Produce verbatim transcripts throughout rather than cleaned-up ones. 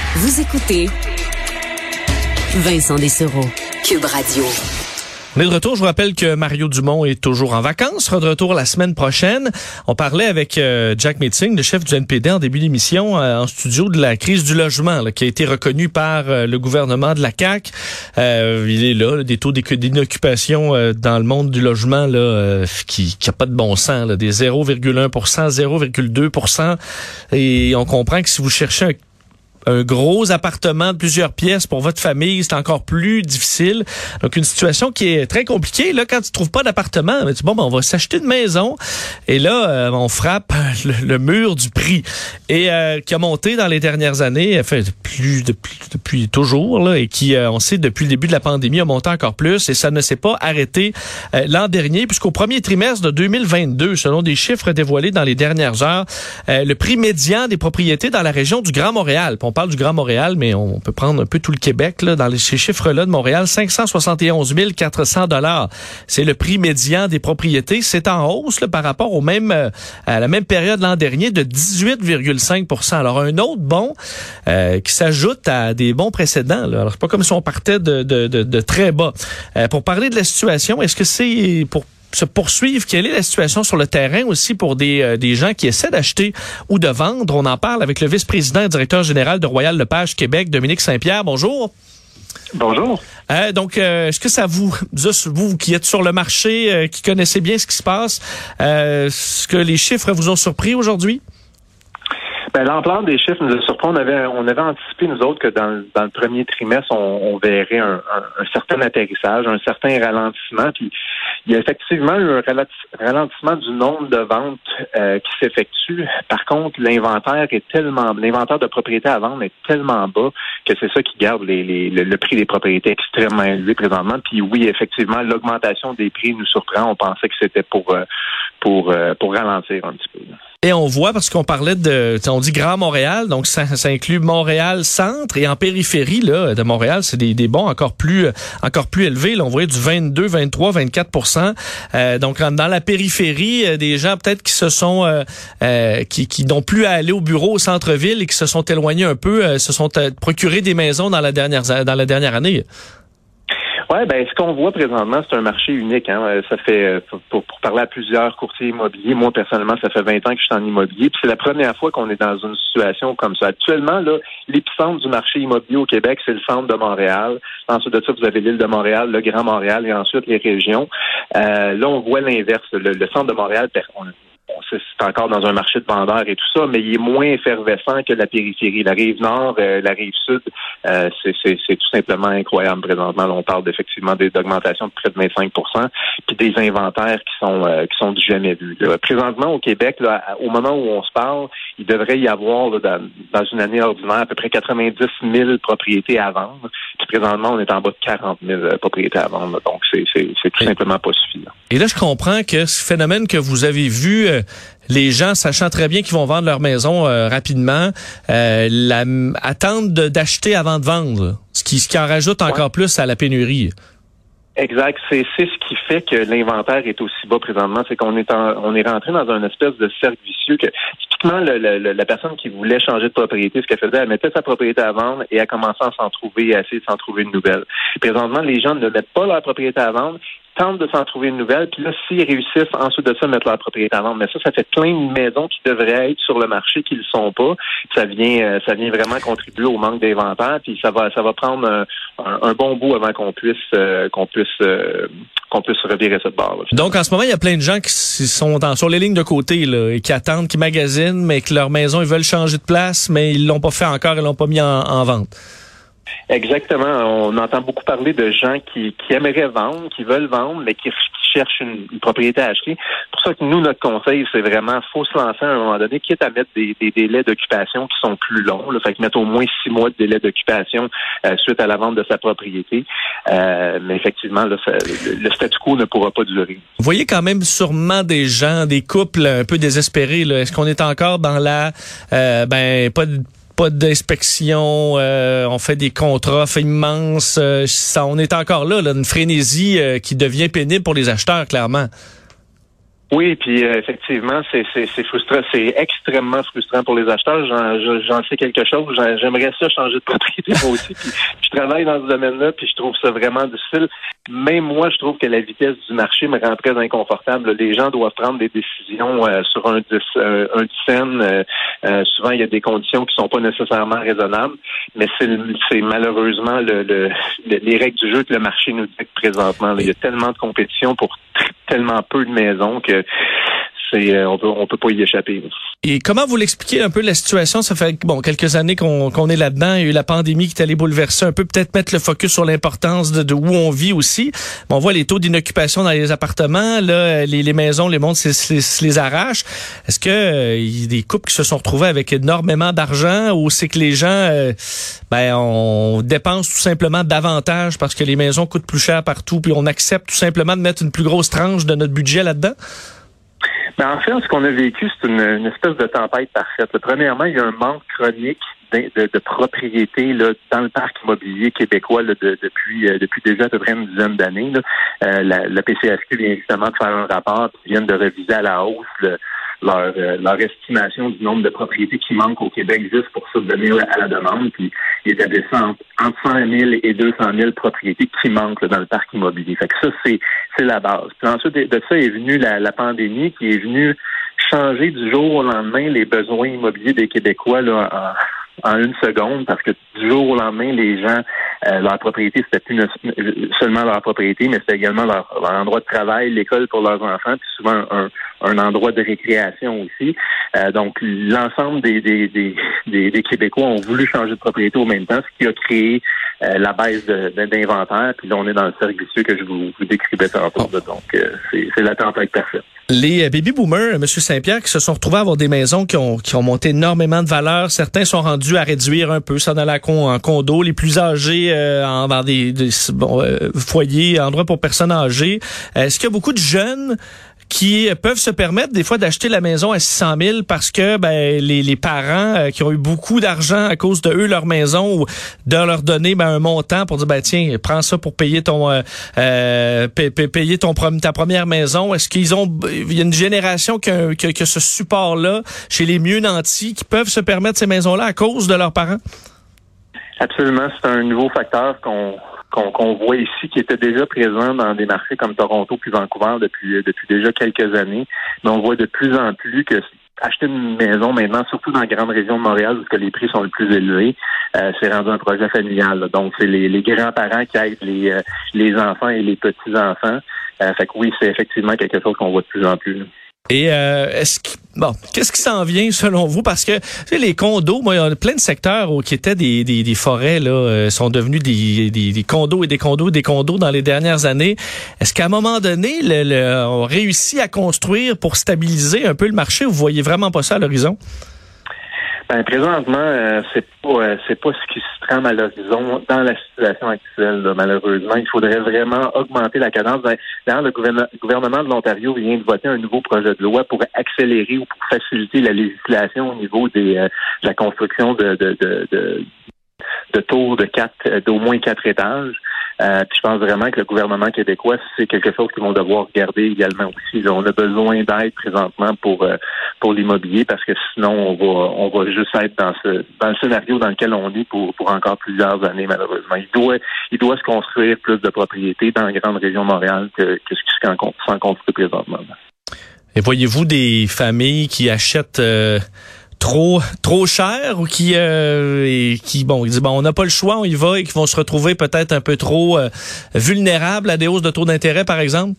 Vous écoutez Vincent Dessereau, Cube Radio. On est de retour. Je vous rappelle que Mario Dumont est toujours en vacances. Sera de retour la semaine prochaine. On parlait avec euh, Jack Metzing, le chef du N P D, en début d'émission, euh, en studio, de la crise du logement là, qui a été reconnue par euh, le gouvernement de la C A Q. Euh, il est là, là des taux d'inoccupation euh, dans le monde du logement là, euh, qui qui a pas de bon sens, là, des zéro virgule un pour cent, zéro virgule deux pour cent. Et on comprend que si vous cherchez un un gros appartement de plusieurs pièces pour votre famille, c'est encore plus difficile. Donc, une situation qui est très compliquée. Là, quand tu trouves pas d'appartement, ben, tu dis, bon, ben, on va s'acheter une maison. Et là, euh, on frappe le, le mur du prix. Et euh, qui a monté dans les dernières années, enfin, plus depuis, depuis toujours, là, et qui, euh, on sait, depuis le début de la pandémie, a monté encore plus. Et ça ne s'est pas arrêté euh, l'an dernier, puisqu'au premier trimestre de deux mille vingt-deux, selon des chiffres dévoilés dans les dernières heures, euh, le prix médian des propriétés dans la région du Grand Montréal, on parle du Grand Montréal, mais on peut prendre un peu tout le Québec, là, dans les, ces chiffres-là de Montréal, cinq cent soixante et onze mille quatre cents dollars. C'est le prix médian des propriétés. C'est en hausse là, par rapport au même euh, à la même période l'an dernier de dix-huit virgule cinq pour cent. Alors, un autre bond euh, qui s'ajoute à des bons précédents. Là. Alors, c'est pas comme si on partait de, de, de, de très bas. Euh, pour parler de la situation, est-ce que c'est pour se poursuivre? Quelle est la situation sur le terrain aussi pour des, euh, des gens qui essaient d'acheter ou de vendre? On en parle avec le vice-président et directeur général de Royal Lepage Québec, Dominique Saint-Pierre. Bonjour. Bonjour. Euh, donc, euh, est-ce que ça vous, vous qui êtes sur le marché, euh, qui connaissez bien ce qui se passe, euh, est-ce que les chiffres vous ont surpris aujourd'hui? Ben, l'ampleur des chiffres nous a surpris. On avait, on avait anticipé, nous autres, que dans, dans le premier trimestre, on, on verrait un, un, un certain atterrissage, un certain ralentissement. Puis, il y a effectivement eu un ralentissement du nombre de ventes euh, qui s'effectuent. Par contre, l'inventaire est tellement, l'inventaire de propriétés à vendre est tellement bas que c'est ça qui garde les, les, le, le prix des propriétés extrêmement élevé présentement. Puis oui, effectivement, l'augmentation des prix nous surprend. On pensait que c'était pour, pour, pour ralentir un petit peu. Et on voit, parce qu'on parlait de, on dit Grand Montréal, donc ça, ça inclut Montréal-Centre, et en périphérie là de Montréal, c'est des, des bons encore plus encore plus élevés. Là, on voyait du vingt-deux, vingt-trois, vingt-quatre pour cent. Euh, donc dans la périphérie, euh, des gens peut-être qui se sont euh, euh, qui, qui n'ont plus à aller au bureau au centre-ville et qui se sont éloignés un peu, euh, se sont euh, procurés des maisons dans la dernière dans la dernière année. Ouais, ben ce qu'on voit présentement, c'est un marché unique. Hein. Ça fait pour, pour parler à plusieurs courtiers immobiliers. Moi personnellement, ça fait vingt ans que je suis en immobilier. Puis c'est la première fois qu'on est dans une situation comme ça. Actuellement, là, l'épicentre du marché immobilier au Québec, c'est le centre de Montréal. Ensuite de ça, vous avez l'île de Montréal, le Grand Montréal et ensuite les régions. Euh, là, on voit l'inverse. Le, le centre de Montréal, on, c'est encore dans un marché de vendeurs et tout ça, mais il est moins effervescent que la périphérie. La rive nord, euh, la rive sud, euh, c'est, c'est, c'est tout simplement incroyable présentement. Là, on parle effectivement d'augmentation de près de vingt-cinq pour cent, puis des inventaires qui sont euh, qui sont du jamais vus. Là. Présentement, au Québec, là, au moment où on se parle, il devrait y avoir là, dans, dans une année ordinaire à peu près quatre-vingt-dix mille propriétés à vendre. Puis présentement, on est en bas de quarante mille propriétés à vendre. Là. Donc, c'est, c'est, c'est tout simplement pas suffisant. Et là, je comprends que ce phénomène que vous avez vu, euh, les gens sachant très bien qu'ils vont vendre leur maison euh, rapidement, euh, la, attendent de, d'acheter avant de vendre, ce qui, ce qui en rajoute encore ouais. plus à la pénurie. Exact. C'est, c'est ce qui fait que l'inventaire est aussi bas présentement. C'est qu'on est en, on est rentré dans un espèce de cercle vicieux que, typiquement, le, le, la personne qui voulait changer de propriété, ce qu'elle faisait, elle mettait sa propriété à vendre et elle commençait à s'en trouver, à essayer de s'en trouver une nouvelle. Présentement, les gens ne mettent pas leur propriété à vendre, tentent de s'en trouver une nouvelle, puis là, s'ils réussissent ensuite de ça, mettre leur propriété à vendre. Mais ça, ça fait plein de maisons qui devraient être sur le marché qui ne le sont pas. Ça vient, euh, ça vient vraiment contribuer au manque d'inventaire, puis ça va, ça va prendre un, un, un bon bout avant qu'on puisse, euh, qu'on puisse, euh, qu'on puisse revirer cette barre. Là. Donc, en ce moment, il y a plein de gens qui sont dans, sur les lignes de côté là, et qui attendent, qui magasinent, mais que leur maison, ils veulent changer de place, mais ils l'ont pas fait encore, ils l'ont pas mis en, en vente. Exactement. On entend beaucoup parler de gens qui, qui aimeraient vendre, qui veulent vendre, mais qui, qui cherchent une, une propriété à acheter. C'est pour ça que nous, notre conseil, c'est vraiment, faut se lancer à un moment donné, quitte à mettre des, des délais d'occupation qui sont plus longs. Là, fait que mettre au moins six mois de délai d'occupation euh, suite à la vente de sa propriété. Euh, mais effectivement, là, ça, le, le statu quo ne pourra pas durer. Vous voyez quand même sûrement des gens, des couples un peu désespérés. Là. Est-ce qu'on est encore dans la, euh, ben, pas de pas d'inspection, euh, on fait des contrats immenses, euh, ça, on est encore là, là une frénésie euh, qui devient pénible pour les acheteurs, clairement. Oui, puis euh, effectivement, c'est, c'est, c'est frustrant, c'est extrêmement frustrant pour les acheteurs. J'en, j'en sais quelque chose. J'en, j'aimerais ça changer de propriété moi aussi. Puis je travaille dans ce domaine-là, puis je trouve ça vraiment difficile. Même moi, je trouve que la vitesse du marché me rend très inconfortable. Les gens doivent prendre des décisions euh, sur un dix, euh, un dizaine. Euh, euh, souvent, il y a des conditions qui sont pas nécessairement raisonnables, mais c'est, c'est malheureusement le, le, le, les règles du jeu que le marché nous dicte présentement. Là. Il y a tellement de compétition pour t- tellement peu de maisons que c'est, euh, on peut, on peut pas y échapper. Et comment vous l'expliquez un peu la situation? Ça fait bon quelques années qu'on, qu'on est là-dedans. Il y a eu la pandémie qui est allée bouleverser un peu, peut-être mettre le focus sur l'importance de, de où on vit aussi. Bon, on voit les taux d'inoccupation dans les appartements, là, les, les maisons, les mondes se, se, se les arrachent. Est-ce que euh, il y a des couples qui se sont retrouvés avec énormément d'argent ou c'est que les gens, euh, ben, on dépense tout simplement davantage parce que les maisons coûtent plus cher partout, puis on accepte tout simplement de mettre une plus grosse tranche de notre budget là-dedans? Ben en fait, ce qu'on a vécu, c'est une, une espèce de tempête parfaite. Premièrement, il y a un manque chronique de, de, de propriété là, dans le parc immobilier québécois là, de, depuis euh, depuis déjà à peu près une dizaine d'années. Là. Euh, la, la P C H Q vient justement de faire un rapport qui vient de réviser à la hausse le, leur, euh, leur estimation du nombre de propriétés qui manquent au Québec juste pour subvenir à la demande. Puis ils établissent entre, entre cent mille et deux cent mille propriétés qui manquent là, dans le parc immobilier. Fait que ça, c'est, c'est la base. Puis ensuite de ça est venue la, la pandémie qui est venue changer du jour au lendemain les besoins immobiliers des Québécois là, en, en une seconde, parce que du jour au lendemain, les gens, euh, leur propriété, c'était plus ne, seulement leur propriété, mais c'était également leur, leur endroit de travail, l'école pour leurs enfants, puis souvent un, un endroit de récréation aussi. Euh, donc, l'ensemble des, des, des, des, des Québécois ont voulu changer de propriété au même temps, ce qui a créé euh, la baisse de, de, d'inventaire. Puis là, on est dans le cercle vicieux que je vous, vous décrivais tantôt. Oh. Donc, euh, c'est, c'est la tempête parfaite. Les baby boomers, M. Saint-Pierre, qui se sont retrouvés à avoir des maisons qui ont, qui ont monté énormément de valeur. Certains sont rendus à réduire un peu, ça dans la con, en condo. Les plus âgés, euh, en, dans des, des bon, euh, foyers, endroits pour personnes âgées. Est-ce qu'il y a beaucoup de jeunes qui peuvent se permettre des fois d'acheter la maison à six cent mille parce que ben les, les parents euh, qui ont eu beaucoup d'argent à cause de eux leur maison, ou de leur donner ben, un montant pour dire ben tiens, prends ça pour payer ton euh, euh, payer ton ta première maison. Est-ce qu'ils ont il y a une génération qui a, qui a, qui a ce support là chez les mieux nantis qui peuvent se permettre ces maisons là à cause de leurs parents? Absolument, c'est un nouveau facteur qu'on Qu'on, qu'on voit ici, qui était déjà présent dans des marchés comme Toronto puis Vancouver depuis depuis déjà quelques années. Mais on voit de plus en plus que acheter une maison maintenant, surtout dans la grande région de Montréal, où les prix sont les plus élevés, euh, c'est rendu un projet familial. Là. Donc, c'est les, les grands-parents qui aident les, euh, les enfants et les petits-enfants. Euh, fait que oui, c'est effectivement quelque chose qu'on voit de plus en plus. Là. Et euh, est-ce que bon, qu'est-ce qui s'en vient selon vous? Parce que tu sais, les condos, moi, il y a plein de secteurs où, qui étaient des, des, des forêts là, euh, sont devenus des, des, des condos et des condos, des condos dans les dernières années. Est-ce qu'à un moment donné, le, le, on réussit à construire pour stabiliser un peu le marché? Vous voyez vraiment pas ça à l'horizon? Ben, présentement, euh, c'est pas euh, c'est pas ce qui se trame à l'horizon dans la situation actuelle. Là, malheureusement, il faudrait vraiment augmenter la cadence. D'ailleurs, le gouvernement, gouvernement de l'Ontario vient de voter un nouveau projet de loi pour accélérer ou pour faciliter la législation au niveau des euh, de la construction de de de, de, de tours de quatre d'au moins quatre étages. Euh, puis je pense vraiment que le gouvernement québécois, c'est quelque chose qu'ils vont devoir regarder également aussi. Là, on a besoin d'aide présentement pour euh, pour l'immobilier parce que sinon on va on va juste être dans ce dans le scénario dans lequel on est pour pour encore plusieurs années malheureusement. Il doit il doit se construire plus de propriétés dans la grande région de Montréal que, que ce qui s'en construit présentement. Et voyez-vous des familles qui achètent euh trop trop cher ou qui euh, et qui bon ils disent bon on n'a pas le choix, on y va, et qui vont se retrouver peut-être un peu trop euh, vulnérables à des hausses de taux d'intérêt par exemple?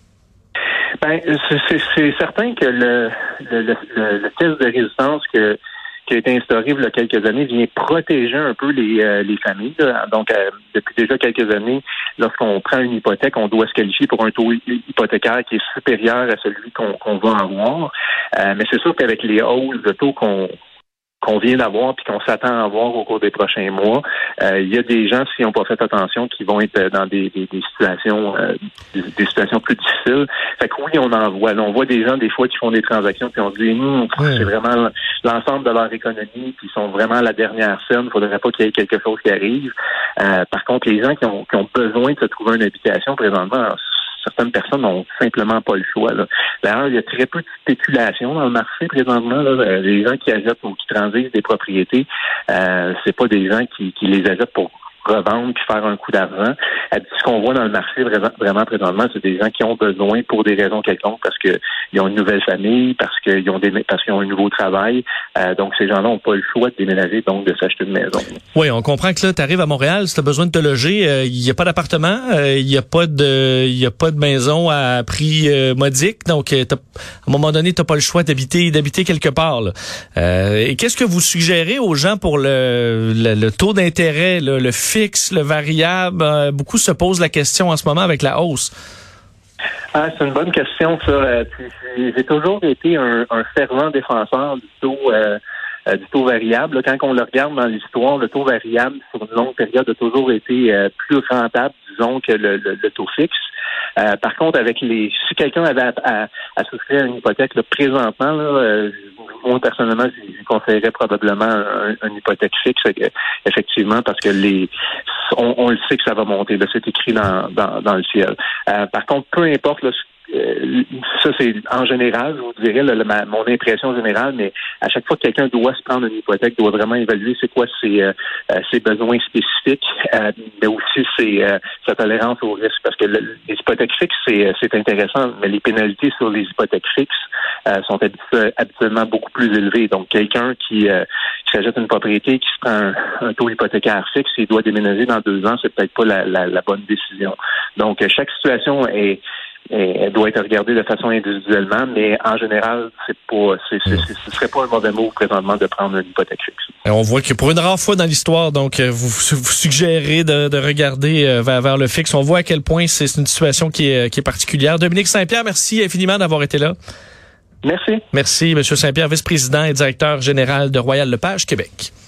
Ben c'est, c'est, c'est certain que le le, le le test de résistance que qui a été instauré il y a quelques années vient protéger un peu les euh, les familles. Là. Donc, euh, depuis déjà quelques années, lorsqu'on prend une hypothèque, on doit se qualifier pour un taux hypothécaire qui est supérieur à celui qu'on, qu'on va avoir. Euh, mais c'est sûr qu'avec les hausses de taux qu'on qu'on vient d'avoir puis qu'on s'attend à avoir au cours des prochains mois, euh, il y a des gens, s'ils n'ont pas fait attention, qui vont être dans des, des, des situations euh, des, des situations plus difficiles. Fait que oui, on en voit. Là, on voit des gens, des fois, qui font des transactions puis on se dit, hum, ouais. c'est vraiment l'ensemble de leur économie puis ils sont vraiment à la dernière scène. Il ne faudrait pas qu'il y ait quelque chose qui arrive. Euh, par contre, les gens qui ont, qui ont besoin de se trouver une habitation présentement, certaines personnes n'ont simplement pas le choix. Là. D'ailleurs, il y a très peu de spéculation dans le marché présentement. Là. Les gens qui achètent ou qui transigent des propriétés, euh, c'est pas des gens qui, qui les achètent pour revendre puis faire un coup d'argent. Ce qu'on voit dans le marché vraiment, vraiment présentement, c'est des gens qui ont besoin pour des raisons quelconques, parce que ils ont une nouvelle famille, parce qu'ils ont des parce qu'ils ont un nouveau travail. Euh, donc ces gens-là n'ont pas le choix de déménager, donc de s'acheter une maison. Oui, on comprend que là, tu arrives à Montréal, si tu as besoin de te loger, il euh, n'y a pas d'appartement, il euh, n'y a pas de il y a pas de maison à prix euh, modique. Donc euh, à un moment donné, tu n'as pas le choix d'habiter d'habiter quelque part. Là. Euh, et qu'est-ce que vous suggérez aux gens pour le le, le taux d'intérêt, là, le fixe, le variable? Euh, beaucoup se posent la question en ce moment avec la hausse. Ah, c'est une bonne question, ça. Euh, j'ai toujours été un, un fervent défenseur du taux euh, euh, du taux variable. Là, quand on le regarde dans l'histoire, le taux variable sur une longue période a toujours été euh, plus rentable, disons, que le, le, le taux fixe. Euh, par contre, avec les si quelqu'un avait à, à, à souscrire à une hypothèque là, présentement, là, euh, moi personnellement, je, je conseillerais probablement un, une hypothèque fixe, effectivement, parce que les on, on le sait que ça va monter. Là, c'est écrit dans, dans, dans le ciel. Euh, par contre, peu importe là, Euh, ça, c'est en général, je vous dirais, là, ma, mon impression générale, mais à chaque fois que quelqu'un doit se prendre une hypothèque, doit vraiment évaluer c'est quoi ses, euh, ses besoins spécifiques, euh, mais aussi ses, euh, sa tolérance au risque. Parce que le, les hypothèques fixes, c'est, c'est intéressant, mais les pénalités sur les hypothèques fixes euh, sont habitu- habituellement beaucoup plus élevées. Donc, quelqu'un qui, euh, qui s'achète une propriété, qui se prend un, un taux hypothécaire fixe, et doit déménager dans deux ans, c'est peut-être pas la, la, la bonne décision. Donc, chaque situation est elle doit être regardée de façon individuellement, mais en général, c'est pas, c'est, c'est, c'est, ce serait pas un mauvais mot présentement de prendre une hypothèque fixe. Et on voit que pour une rare fois dans l'histoire, donc vous, vous suggérez de, de regarder vers, vers le fixe. On voit à quel point c'est une situation qui est, qui est particulière. Dominique Saint-Pierre, merci infiniment d'avoir été là. Merci. Merci, M. Saint-Pierre, vice-président et directeur général de Royal Lepage Québec.